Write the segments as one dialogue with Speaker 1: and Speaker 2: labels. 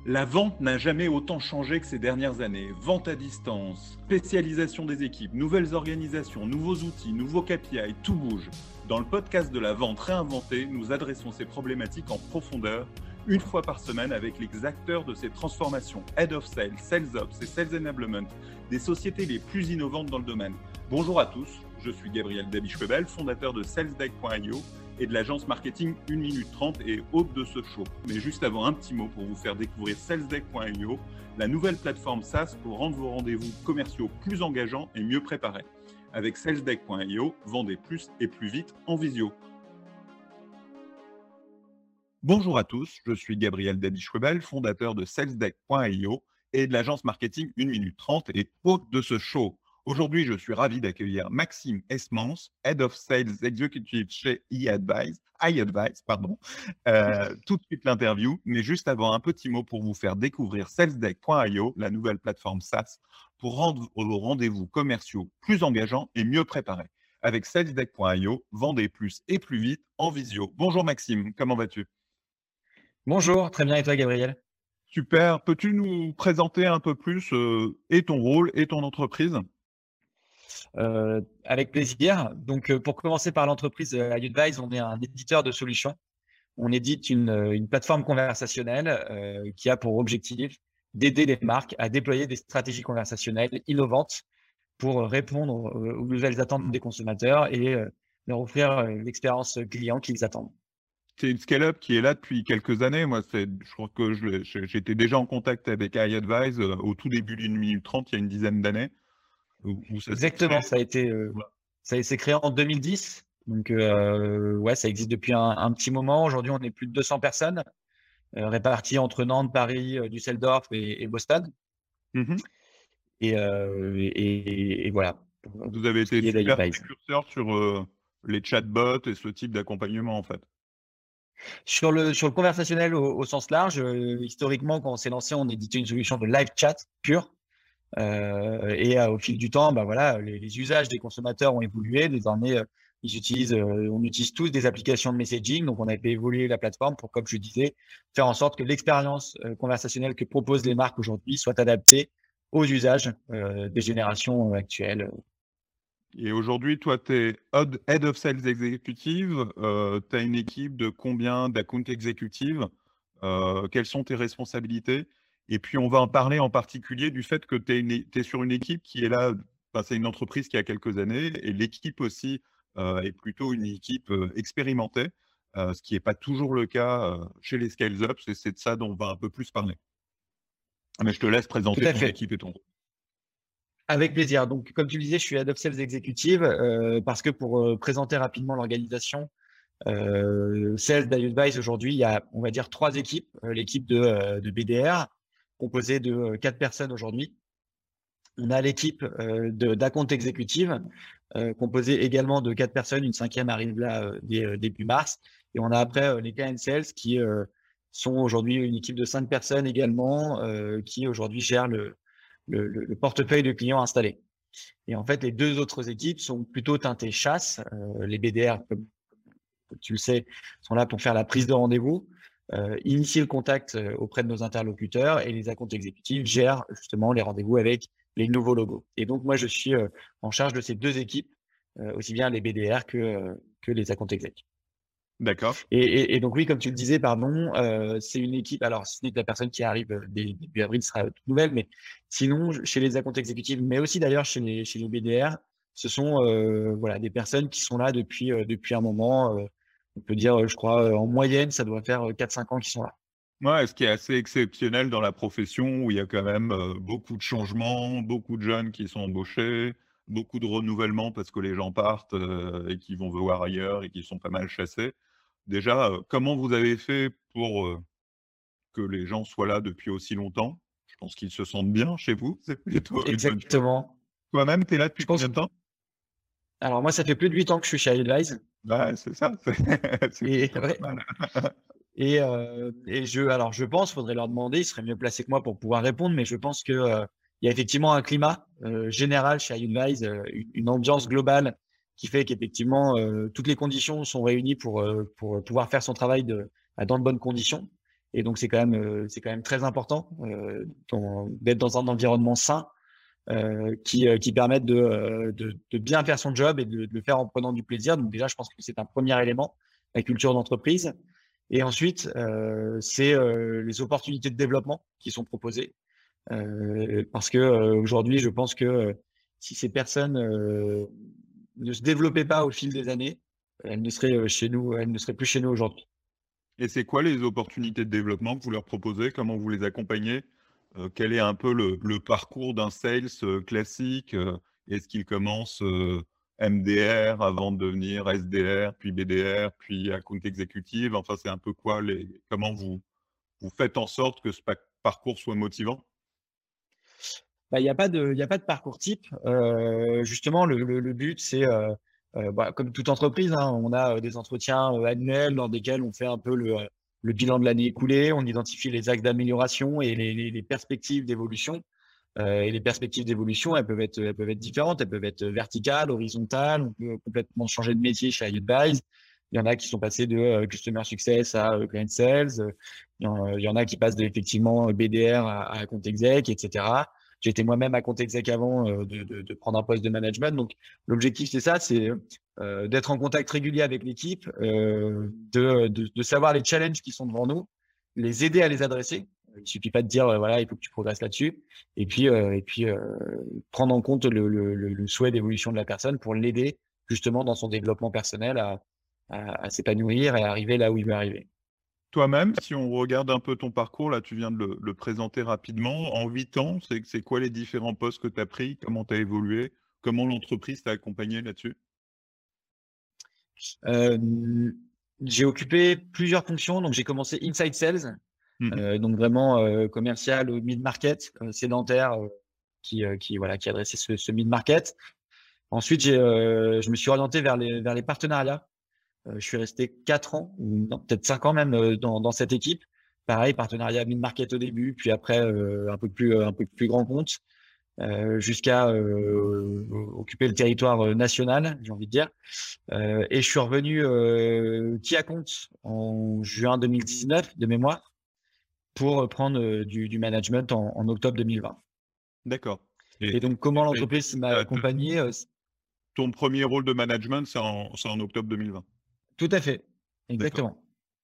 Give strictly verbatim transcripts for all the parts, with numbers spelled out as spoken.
Speaker 1: La vente n'a jamais autant changé que ces dernières années. Vente à distance, spécialisation des équipes, nouvelles organisations, nouveaux outils, nouveaux K P I, tout bouge. Dans le podcast de la vente réinventée, nous adressons ces problématiques en profondeur, une fois par semaine avec les acteurs de ces transformations, Head of Sales, Sales Ops et Sales Enablement, des sociétés les plus innovantes dans le domaine. Bonjour à tous, je suis Gabriel Dabischwebel, fondateur de salesdeck point i o et de l'agence marketing une minute trente et hôte de ce show. Mais juste avant, un petit mot pour vous faire découvrir salesdeck point i o, la nouvelle plateforme SaaS pour rendre vos rendez-vous commerciaux plus engageants et mieux préparés. Avec salesdeck point i o, vendez plus et plus vite en visio. Bonjour à tous, je suis Gabriel Dabischwebel, fondateur de salesdeck point i o et de l'agence marketing une minute trente et hôte de ce show. Aujourd'hui, je suis ravi d'accueillir Maxime Esmans, Head of Sales Executive chez iAdvise. iAdvise, pardon. Euh, tout de suite l'interview, mais juste avant, un petit mot pour vous faire découvrir salesdeck point i o, la nouvelle plateforme SaaS, pour rendre vos rendez-vous commerciaux plus engageants et mieux préparés. Avec salesdeck point i o, vendez plus et plus vite en visio. Bonjour Maxime, comment vas-tu?
Speaker 2: Bonjour, très bien et toi Gabriel?
Speaker 1: Super, peux-tu nous présenter un peu plus euh, et ton rôle et ton entreprise?
Speaker 2: Euh, avec plaisir. Donc, euh, pour commencer par l'entreprise euh, iAdvise, on est un éditeur de solutions. On édite une, euh, une plateforme conversationnelle euh, qui a pour objectif d'aider les marques à déployer des stratégies conversationnelles innovantes pour euh, répondre euh, aux nouvelles attentes des consommateurs et euh, leur offrir euh, l'expérience client qu'ils attendent.
Speaker 1: C'est une scale-up qui est là depuis quelques années. Moi, c'est, je crois que je- je- j'étais déjà en contact avec iAdvise euh, au tout début d'une minute trente, il y a une dizaine d'années, où, où ça s'est
Speaker 2: Exactement,
Speaker 1: créé.
Speaker 2: ça a été, euh,
Speaker 1: Voilà.
Speaker 2: ça s'est créé en deux mille dix. Donc, euh, ouais, ça existe depuis un, un petit moment. Aujourd'hui, on est plus de deux cents personnes. Euh, répartis entre Nantes, Paris, euh, Düsseldorf et, et Boston.
Speaker 1: Mhm.
Speaker 2: Et, euh, et, et voilà, pour,
Speaker 1: Vous avez
Speaker 2: pour ce
Speaker 1: été
Speaker 2: qui est
Speaker 1: super
Speaker 2: d'iAdvise.
Speaker 1: précurseur sur euh, les chatbots et ce type d'accompagnement, en fait.
Speaker 2: Sur le, sur le conversationnel au, au sens large, euh, historiquement, quand on s'est lancé, on éditait une solution de live chat pure. Euh, et euh, au fil du temps, bah voilà, les, les usages des consommateurs ont évolué. Désormais, euh, ils utilisent, euh, on utilise tous des applications de messaging. Donc, on a fait évoluer la plateforme pour, comme je disais, faire en sorte que l'expérience euh, conversationnelle que proposent les marques aujourd'hui soit adaptée aux usages euh, des générations euh, actuelles.
Speaker 1: Et aujourd'hui, toi, tu es Head of Sales Executive. Euh, tu as une équipe de combien d'account executives? Euh, quelles sont tes responsabilités? Et puis, on va en parler en particulier du fait que tu es sur une équipe qui est là. Enfin, c'est une entreprise qui a quelques années et l'équipe aussi euh, est plutôt une équipe euh, expérimentée, euh, ce qui n'est pas toujours le cas euh, chez les scales-up. Et c'est de ça dont on va un peu plus parler. Mais je te laisse
Speaker 2: Tout
Speaker 1: présenter
Speaker 2: à
Speaker 1: ton
Speaker 2: fait.
Speaker 1: équipe et ton rôle.
Speaker 2: Avec plaisir. Donc, comme tu le disais, je suis Head of Sales Executive euh, parce que pour euh, présenter rapidement l'organisation, euh, Sales d'iAdvise aujourd'hui, il y a, on va dire, trois équipes. Euh, l'équipe de, euh, de B D R, composée de euh, quatre personnes aujourd'hui. On a l'équipe euh, de- d'account exécutive, euh, composée également de quatre personnes. Une cinquième arrive là euh, dès, euh, début mars. Et on a après euh, les K N Sales qui euh, sont aujourd'hui une équipe de cinq personnes également, euh, qui aujourd'hui gèrent le, le, le- le portefeuille de clients installés. Et en fait, les deux autres équipes sont plutôt teintées chasse. Euh, les B D R, comme tu le sais, sont là pour faire la prise de rendez-vous, euh, initier le contact euh, auprès de nos interlocuteurs, et les accounts exécutifs gèrent justement les rendez-vous avec les nouveaux logos. Et donc, moi, je suis euh, en charge de ces deux équipes, euh, aussi bien les B D R que, euh, que les accounts exécutifs.
Speaker 1: D'accord.
Speaker 2: Et, et, et donc, oui, comme tu le disais, pardon, euh, c'est une équipe. Alors, ce n'est que la personne qui arrive euh, dès début avril sera toute nouvelle, mais sinon, chez les accounts exécutifs, mais aussi d'ailleurs chez les, chez les B D R, ce sont euh, voilà, des personnes qui sont là depuis, euh, depuis un moment. Euh, on peut dire, euh, je crois, euh, en moyenne, ça doit faire euh, quatre cinq ans qu'ils sont là.
Speaker 1: Ouais, ce qui est assez exceptionnel dans la profession où il y a quand même euh, beaucoup de changements, beaucoup de jeunes qui sont embauchés, beaucoup de renouvellement parce que les gens partent euh, et qui vont voir ailleurs et qui sont pas mal chassés. Déjà, euh, comment vous avez fait pour euh, que les gens soient là depuis aussi longtemps? Je pense qu'ils se sentent bien chez vous, c'est plutôt une bonne chose.
Speaker 2: Exactement.
Speaker 1: Toi-même, tu es là depuis
Speaker 2: Je pense.
Speaker 1: combien de temps?
Speaker 2: Alors, moi, ça fait plus de huit ans que je suis chez iAdvise.
Speaker 1: Ouais, c'est ça, c'est c'est
Speaker 2: Et,
Speaker 1: plutôt pas
Speaker 2: ouais,
Speaker 1: mal.
Speaker 2: et, euh, et je, alors, je pense, faudrait leur demander, ils seraient mieux placés que moi pour pouvoir répondre, mais je pense que euh, il y a effectivement un climat euh, général chez iAdvise, euh, une, une ambiance globale qui fait qu'effectivement euh, toutes les conditions sont réunies pour euh, pour pouvoir faire son travail de, dans de bonnes conditions. Et donc, c'est quand même, euh, c'est quand même très important euh, dans- d'être dans un environnement sain euh, qui, euh, qui permette de, euh, de, de bien faire son job et de, de le faire en prenant du plaisir. Donc déjà, je pense que c'est un premier élément, la culture d'entreprise. Et ensuite, euh, c'est euh, les opportunités de développement qui sont proposées. Euh, parce que euh, aujourd'hui, je pense que euh, si ces personnes euh, ne se développaient pas au fil des années, elles ne seraient euh, chez nous, elles ne seraient plus chez nous aujourd'hui.
Speaker 1: Et c'est quoi les opportunités de développement que vous leur proposez? Comment vous les accompagnez? Euh, quel est un peu le, le parcours d'un sales euh, classique? Euh, Est-ce qu'il commence euh, M D R avant de devenir S D R, puis B D R, puis account exécutive? Enfin, c'est un peu quoi les, comment vous, vous faites en sorte que ce pa- parcours soit motivant?
Speaker 2: Bah, il n'y a pas de, il y a pas de parcours type. Euh, justement, le, le, le but, c'est, euh, euh, bah, comme toute entreprise, hein, on a euh, des entretiens euh, annuels dans lesquels on fait un peu le, euh, le bilan de l'année écoulée, on identifie les axes d'amélioration et les, les, les perspectives d'évolution. Euh, et les perspectives d'évolution, elles peuvent être, elles peuvent être différentes, elles peuvent être verticales, horizontales. On peut complètement changer de métier chez iAdvise. Il y en a qui sont passés de euh, Customer Success à euh, Client Sales. Il y, en, il y en a qui passent de, effectivement B D R à, à Account Exec, et cetera. J'ai été moi-même Account Exec avant euh, de, de, de prendre un poste de management. Donc, l'objectif, c'est ça, c'est euh, d'être en contact régulier avec l'équipe, euh, de, de, de savoir les challenges qui sont devant nous, les aider à les adresser. Il suffit pas de dire, euh, voilà, il faut que tu progresses là-dessus. Et puis, euh, et puis euh, prendre en compte le, le, le souhait d'évolution de la personne pour l'aider justement dans son développement personnel à, à, à s'épanouir et à arriver là où il veut arriver.
Speaker 1: Toi-même, si on regarde un peu ton parcours, là, tu viens de le, le présenter rapidement. En huit ans, c'est c'est quoi les différents postes que tu as pris? Comment tu as évolué? Comment l'entreprise t'a accompagné là-dessus?
Speaker 2: Euh, j'ai occupé plusieurs fonctions. Donc, j'ai commencé Inside Sales,
Speaker 1: Mhm.
Speaker 2: euh, donc vraiment euh, commercial au mid-market, euh, sédentaire, euh, qui, euh, qui, voilà, qui adressait ce, ce mid-market. Ensuite, j'ai, euh, je me suis orienté vers les, vers les partenariats. Euh, je suis resté quatre ans, ou non, peut-être cinq ans même euh, dans, dans cette équipe. Pareil, partenariat mid-market au début, puis après euh, un peu plus un peu plus grand compte, euh, jusqu'à euh, occuper le territoire euh, national, j'ai envie de dire. Euh, et je suis revenu euh, qui à compte en juin deux mille dix-neuf de mémoire pour prendre euh, du, du management en, en octobre deux mille vingt.
Speaker 1: D'accord. Et,
Speaker 2: Et donc, comment
Speaker 1: et-
Speaker 2: l'entreprise m'a
Speaker 1: euh, te-
Speaker 2: accompagné euh,
Speaker 1: ton premier rôle de management, c'est en, c'est en octobre deux mille vingt.
Speaker 2: Tout à fait,
Speaker 1: D'accord.
Speaker 2: exactement.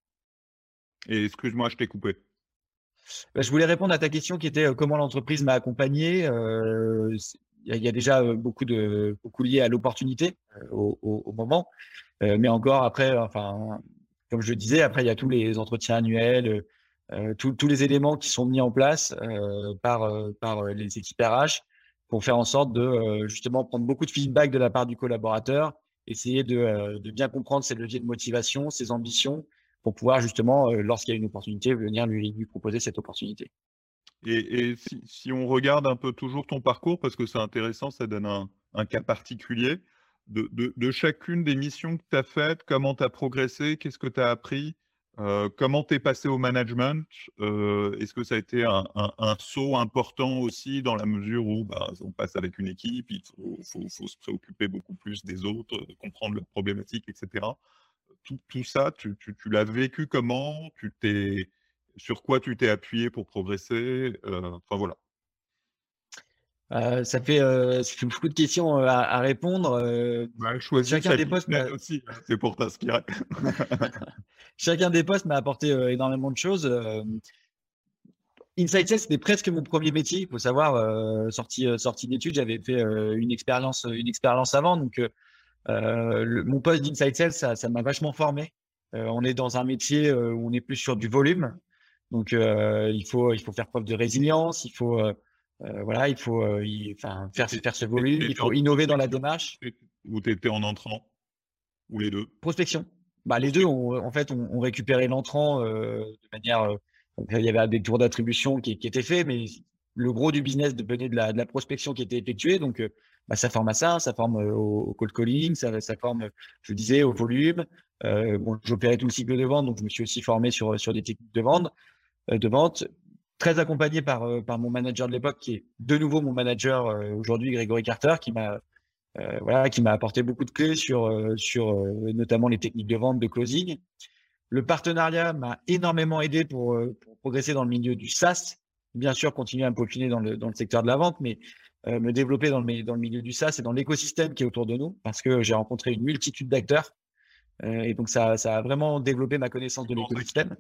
Speaker 1: Et excuse-moi, je t'ai coupé.
Speaker 2: Bah, je voulais répondre à ta question qui était euh, comment l'entreprise m'a accompagné. Euh, c'est- Il y, a il y a déjà euh, beaucoup de beaucoup lié à l'opportunité euh, au, au- au moment, Euh, mais encore après, enfin, comme je le disais, après il y a tous les entretiens annuels, euh, tous tous les éléments qui sont mis en place euh, par euh, par euh, les équipes R H pour faire en sorte de euh, justement prendre beaucoup de feedback de la part du collaborateur, essayer de, euh, de bien comprendre ses leviers de motivation, ses ambitions, pour pouvoir justement, euh, lorsqu'il y a une opportunité, venir lui, lui proposer cette opportunité.
Speaker 1: Et, et si, si on regarde un peu toujours ton parcours, parce que c'est intéressant, ça donne un, un cas particulier, de, de- de chacune des missions que tu as faites, comment tu as progressé, qu'est-ce que tu as appris, euh, comment tu es passé au management, euh, est-ce que ça a été un, un- un saut important aussi dans la mesure où bah, on passe avec une équipe, il faut, faut- faut se préoccuper beaucoup plus des autres, de comprendre leurs problématiques, et cetera. Tout, tout ça, tu, tu- tu l'as vécu comment? Tu t'es, sur quoi tu t'es appuyé pour progresser? Euh, Enfin voilà.
Speaker 2: Euh, ça fait, euh, ça fait beaucoup de questions euh, à, à répondre. Euh,
Speaker 1: Bah, choisis
Speaker 2: chacun
Speaker 1: celle
Speaker 2: des
Speaker 1: qui te
Speaker 2: postes
Speaker 1: plaît
Speaker 2: m'a,
Speaker 1: aussi, hein, c'est pour t'inspirer.
Speaker 2: chacun des postes m'a apporté euh, énormément de choses. Euh, Inside Sales, c'était presque mon premier métier. Il faut savoir, euh, sorti, euh, sorti d'études, j'avais fait euh, une expérience, une expérience avant. Donc, euh, euh, le- mon poste d'Inside Sales, ça, ça m'a vachement formé. Euh, on est dans un métier euh, où on est plus sur du volume. Donc, euh, il faut, il faut faire preuve de résilience. Il faut, euh, euh, voilà, il faut, euh, il- enfin, faire,
Speaker 1: Et-
Speaker 2: faire ce
Speaker 1: et-
Speaker 2: volume. Il
Speaker 1: T'étais en
Speaker 2: faut innover dans la
Speaker 1: prospection
Speaker 2: démarche.
Speaker 1: ou t'étais en entrant, ou les deux?
Speaker 2: Prospection. Bah, les deux,
Speaker 1: Prospection.
Speaker 2: ont, en fait, on, on récupérait l'entrant euh, de manière. Euh, donc, il y avait des tours d'attribution qui, qui étaient faits, mais le gros du business venait de la, de la prospection qui était effectuée. Donc, euh, bah, ça forme à ça, ça forme euh, au, au cold calling, ça, ça forme, je disais, au volume. Euh, bon, j'opérais tout le cycle de vente, donc je me suis aussi formé sur, sur des techniques de vente, euh, de vente. Très accompagné par, euh, par mon manager de l'époque, qui est de nouveau mon manager euh, aujourd'hui, Grégory Carter, qui m'a euh, voilà, qui m'a apporté beaucoup de clés sur, euh, sur euh, notamment les techniques de vente, de closing. Le partenariat m'a énormément aidé pour, euh, pour progresser dans le milieu du SaaS. Bien sûr, continuer à me peaufiner dans le, dans le secteur de la vente, mais euh, me développer dans le, dans le milieu du SaaS et dans l'écosystème qui est autour de nous, parce que j'ai rencontré une multitude d'acteurs. Euh, et donc, ça, ça a vraiment développé ma connaissance de l'écosystème.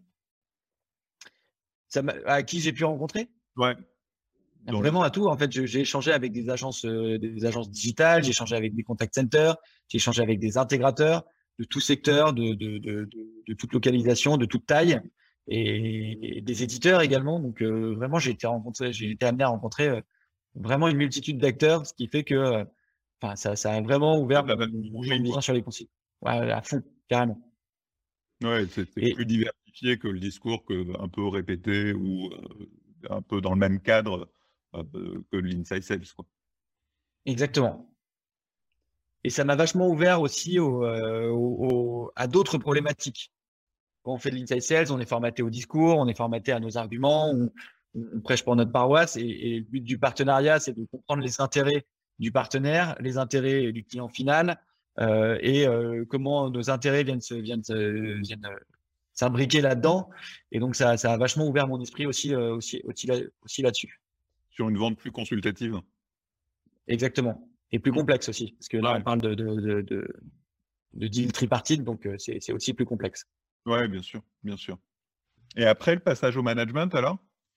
Speaker 2: Ça à qui j'ai pu rencontrer?
Speaker 1: Ouais.
Speaker 2: Dans vraiment le... à tout. En fait, j'ai échangé avec des agences, euh, des agences digitales, j'ai échangé avec des contact centers, j'ai échangé avec des intégrateurs de tout secteur, de, de, de, de, de toute localisation, de toute taille, et, et des éditeurs également. Donc, euh, vraiment, j'ai été rencontré, j'ai été amené à rencontrer euh, vraiment une multitude d'acteurs, ce qui fait que, euh, enfin, ça, ça a vraiment ouvert mon, mon vision sur les conseils. Ouais, à fond, carrément.
Speaker 1: Ouais, c'est et... plus diversifié que le discours que, un peu répété ou euh, un peu dans le même cadre euh, que l'inside sales, quoi.
Speaker 2: Exactement. Et ça m'a vachement ouvert aussi au, euh, au, au, à d'autres problématiques. Quand on fait de l'inside sales, on est formaté au discours, on est formaté à nos arguments, on, on prêche pour notre paroisse. Et, et le but du partenariat, c'est de comprendre les intérêts du partenaire, les intérêts du client final, euh, et euh, comment nos intérêts viennent se, viennent se, viennent s'imbriquer là-dedans. Et donc, ça, ça a vachement ouvert mon esprit aussi, euh, aussi, aussi, là, aussi là-dessus.
Speaker 1: Sur une vente plus consultative.
Speaker 2: Exactement. Et plus complexe aussi, parce que là, ouais. on parle de, de, de, de, de deal tripartite, donc euh, c'est aussi plus complexe.
Speaker 1: Ouais, bien sûr, bien sûr. Et après, le passage au management, alors?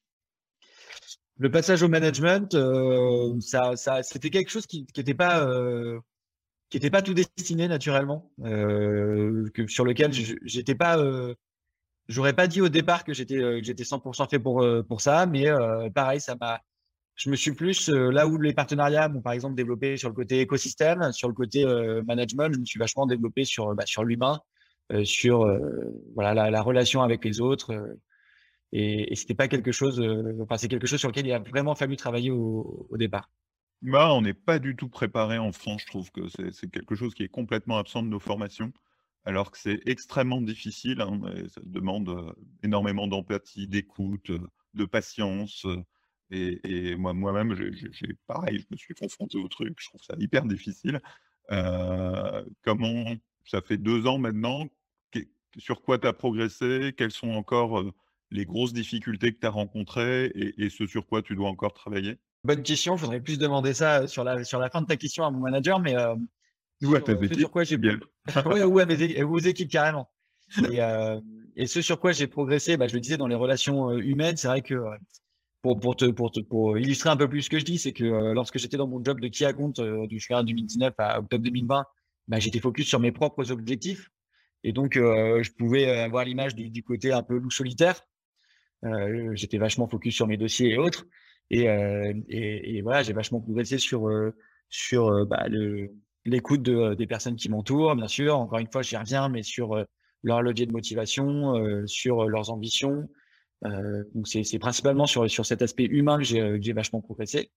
Speaker 2: Le passage au management, euh, ça, ça, c'était quelque chose qui n'était pas, euh, qui était pas tout destiné naturellement, euh, que, sur lequel j'étais pas, euh, j'aurais pas dit au départ que j'étais, euh, j'étais cent pour cent fait pour, euh, pour ça, mais euh, pareil, ça m'a, je me suis plus euh, là où les partenariats m'ont par exemple développé sur le côté écosystème, sur le côté euh, management, je me suis vachement développé sur, bah, sur l'humain, euh, sur euh, voilà la, la relation avec les autres. Euh, et et c'était pas quelque chose, euh, enfin c'est quelque chose sur lequel il a vraiment fallu travailler au, au départ.
Speaker 1: Bah, on n'est pas du tout préparé en France, je trouve que c'est quelque chose qui est complètement absent de nos formations, alors que c'est extrêmement difficile, hein, et ça demande euh, énormément d'empathie, d'écoute, euh, de patience. Euh, et, et moi, moi-même, j'ai pareil, je me suis confronté au truc, je trouve ça hyper difficile. Euh, comment, ça fait deux ans maintenant, que, sur quoi tu as progressé? Quelles sont encore euh, les grosses difficultés que tu as rencontrées et, et ce sur quoi tu dois encore travailler?
Speaker 2: Bonne question, il faudrait plus demander ça sur la, sur la fin de ta question à mon manager, mais euh,
Speaker 1: ou à tes équipes,
Speaker 2: sur quoi j'ai
Speaker 1: bien.
Speaker 2: ouais, ou à mes aux équipes carrément. Et, euh, et ce sur quoi j'ai progressé, bah, je le disais dans les relations euh, humaines, c'est vrai que euh, pour, pour, te, pour, te, pour illustrer un peu plus ce que je dis, c'est que euh, lorsque j'étais dans mon job de key account euh, du juin deux mille dix-neuf à octobre deux mille vingt, bah, j'étais focus sur mes propres objectifs. Et donc, euh, je pouvais avoir l'image du, du côté un peu loup solitaire. Euh, j'étais vachement focus sur mes dossiers et autres. Et, euh, et, et voilà, j'ai vachement progressé sur, euh, sur euh, bah, l'écoute de, des personnes qui m'entourent, bien sûr. Encore une fois, j'y reviens, mais sur euh, leur levier de motivation, euh, sur euh, leurs ambitions. Euh, donc, c'est principalement sur, sur cet aspect humain que j'ai vachement progressé.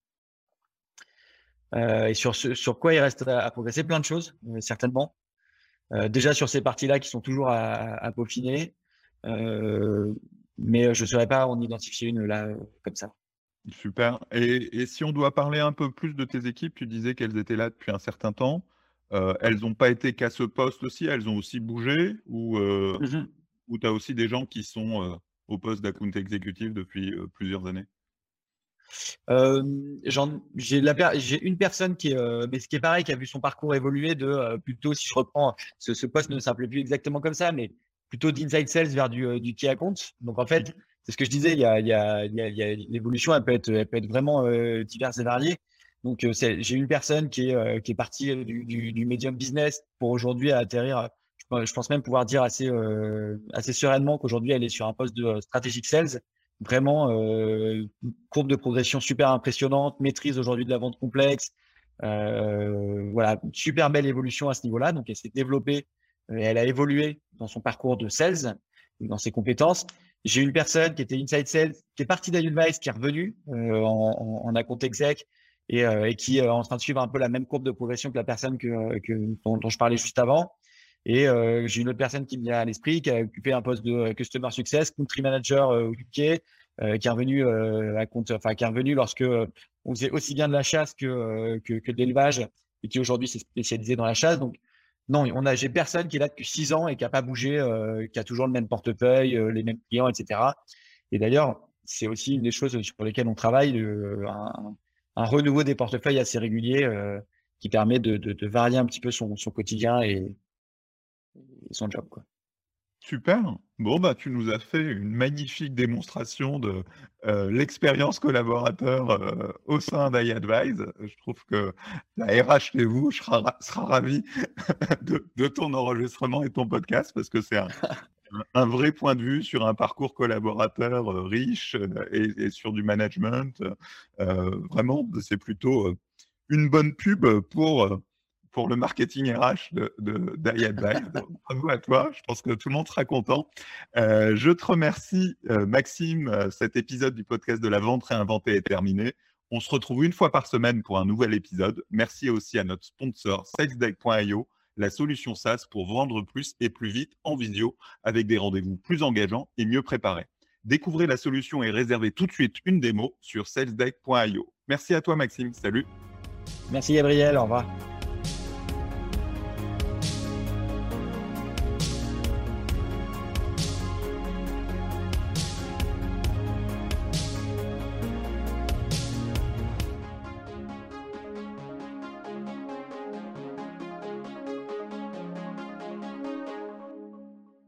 Speaker 2: Euh, et sur, ce, sur quoi il reste à, à progresser, plein de choses, euh, certainement. Euh, déjà sur ces parties-là qui sont toujours à, à peaufiner. Euh, mais je ne saurais pas en identifier une là, comme ça.
Speaker 1: Super. Et, et si on doit parler un peu plus de tes équipes, tu disais qu'elles étaient là depuis un certain temps. Euh, elles n'ont pas été qu'à ce poste aussi, elles ont aussi bougé ou, euh, mm-hmm. ou tu as aussi des gens qui sont euh, au poste d'account exécutif depuis euh, plusieurs années?
Speaker 2: euh, J'ai une personne qui est, euh, mais ce qui est pareil, qui a vu son parcours évoluer de euh, plutôt, si je reprends, ce, ce poste ne s'appelait plus exactement comme ça, mais plutôt d'inside sales vers du, euh, du key account. Donc en fait, c'est ce que je disais, il y a, il y a, il y a, il y a l'évolution, elle peut être, elle peut être vraiment euh, diverse et variée. Donc euh, j'ai une personne qui est, euh, qui est partie du, du, du medium business pour aujourd'hui atterrir. Je, je pense même pouvoir dire assez, euh, assez sereinement qu'aujourd'hui elle est sur un poste de strategic sales. Vraiment, euh, courbe de progression super impressionnante, maîtrise aujourd'hui de la vente complexe. Euh, voilà, super belle évolution à ce niveau-là. Donc, elle s'est développée, euh, elle a évolué dans son parcours de sales, dans ses compétences. J'ai une personne qui était inside sales, qui est partie d'Advice, qui est revenue euh, en, en, en account exec et, euh, et qui est en train de suivre un peu la même courbe de progression que la personne que, que, dont, dont je parlais juste avant. Et euh, j'ai une autre personne qui me vient à l'esprit, qui a occupé un poste de Customer Success, Country Manager euh, au U K, euh, qui est revenu euh, à compte, enfin qui est revenu lorsque euh, on faisait aussi bien de la chasse que, euh, que, que de l'élevage, et qui aujourd'hui s'est spécialisé dans la chasse. Donc Non, on a, j'ai personne qui est là depuis six ans et qui n'a pas bougé, euh, qui a toujours le même portefeuille, euh, les mêmes clients, et cetera. Et d'ailleurs, c'est aussi une des choses sur lesquelles on travaille, le, un, un renouveau des portefeuilles assez régulier euh, qui permet de, de, de varier un petit peu son, son quotidien et, et son job, quoi.
Speaker 1: Super. Bon, bah, tu nous as fait une magnifique démonstration de euh, l'expérience collaborateur euh, au sein d'iAdvise. Je trouve que la R H chez vous sera, ra- sera ravie de, de ton enregistrement et ton podcast parce que c'est un, un vrai point de vue sur un parcours collaborateur euh, riche euh, et, et sur du management. Euh, vraiment, c'est plutôt euh, une bonne pub pour, euh, pour le marketing R H de, de, d'iAdvise. Donc, bravo à toi. Je pense que tout le monde sera content. Euh, je te remercie, euh, Maxime. Euh, Cet épisode du podcast de la vente réinventée est terminé. On se retrouve une fois par semaine pour un nouvel épisode. Merci aussi à notre sponsor salesdeck point i o, la solution SaaS pour vendre plus et plus vite en visio avec des rendez-vous plus engageants et mieux préparés. Découvrez la solution et réservez tout de suite une démo sur salesdeck point i o. Merci à toi, Maxime. Salut.
Speaker 2: Merci Gabriel, au revoir.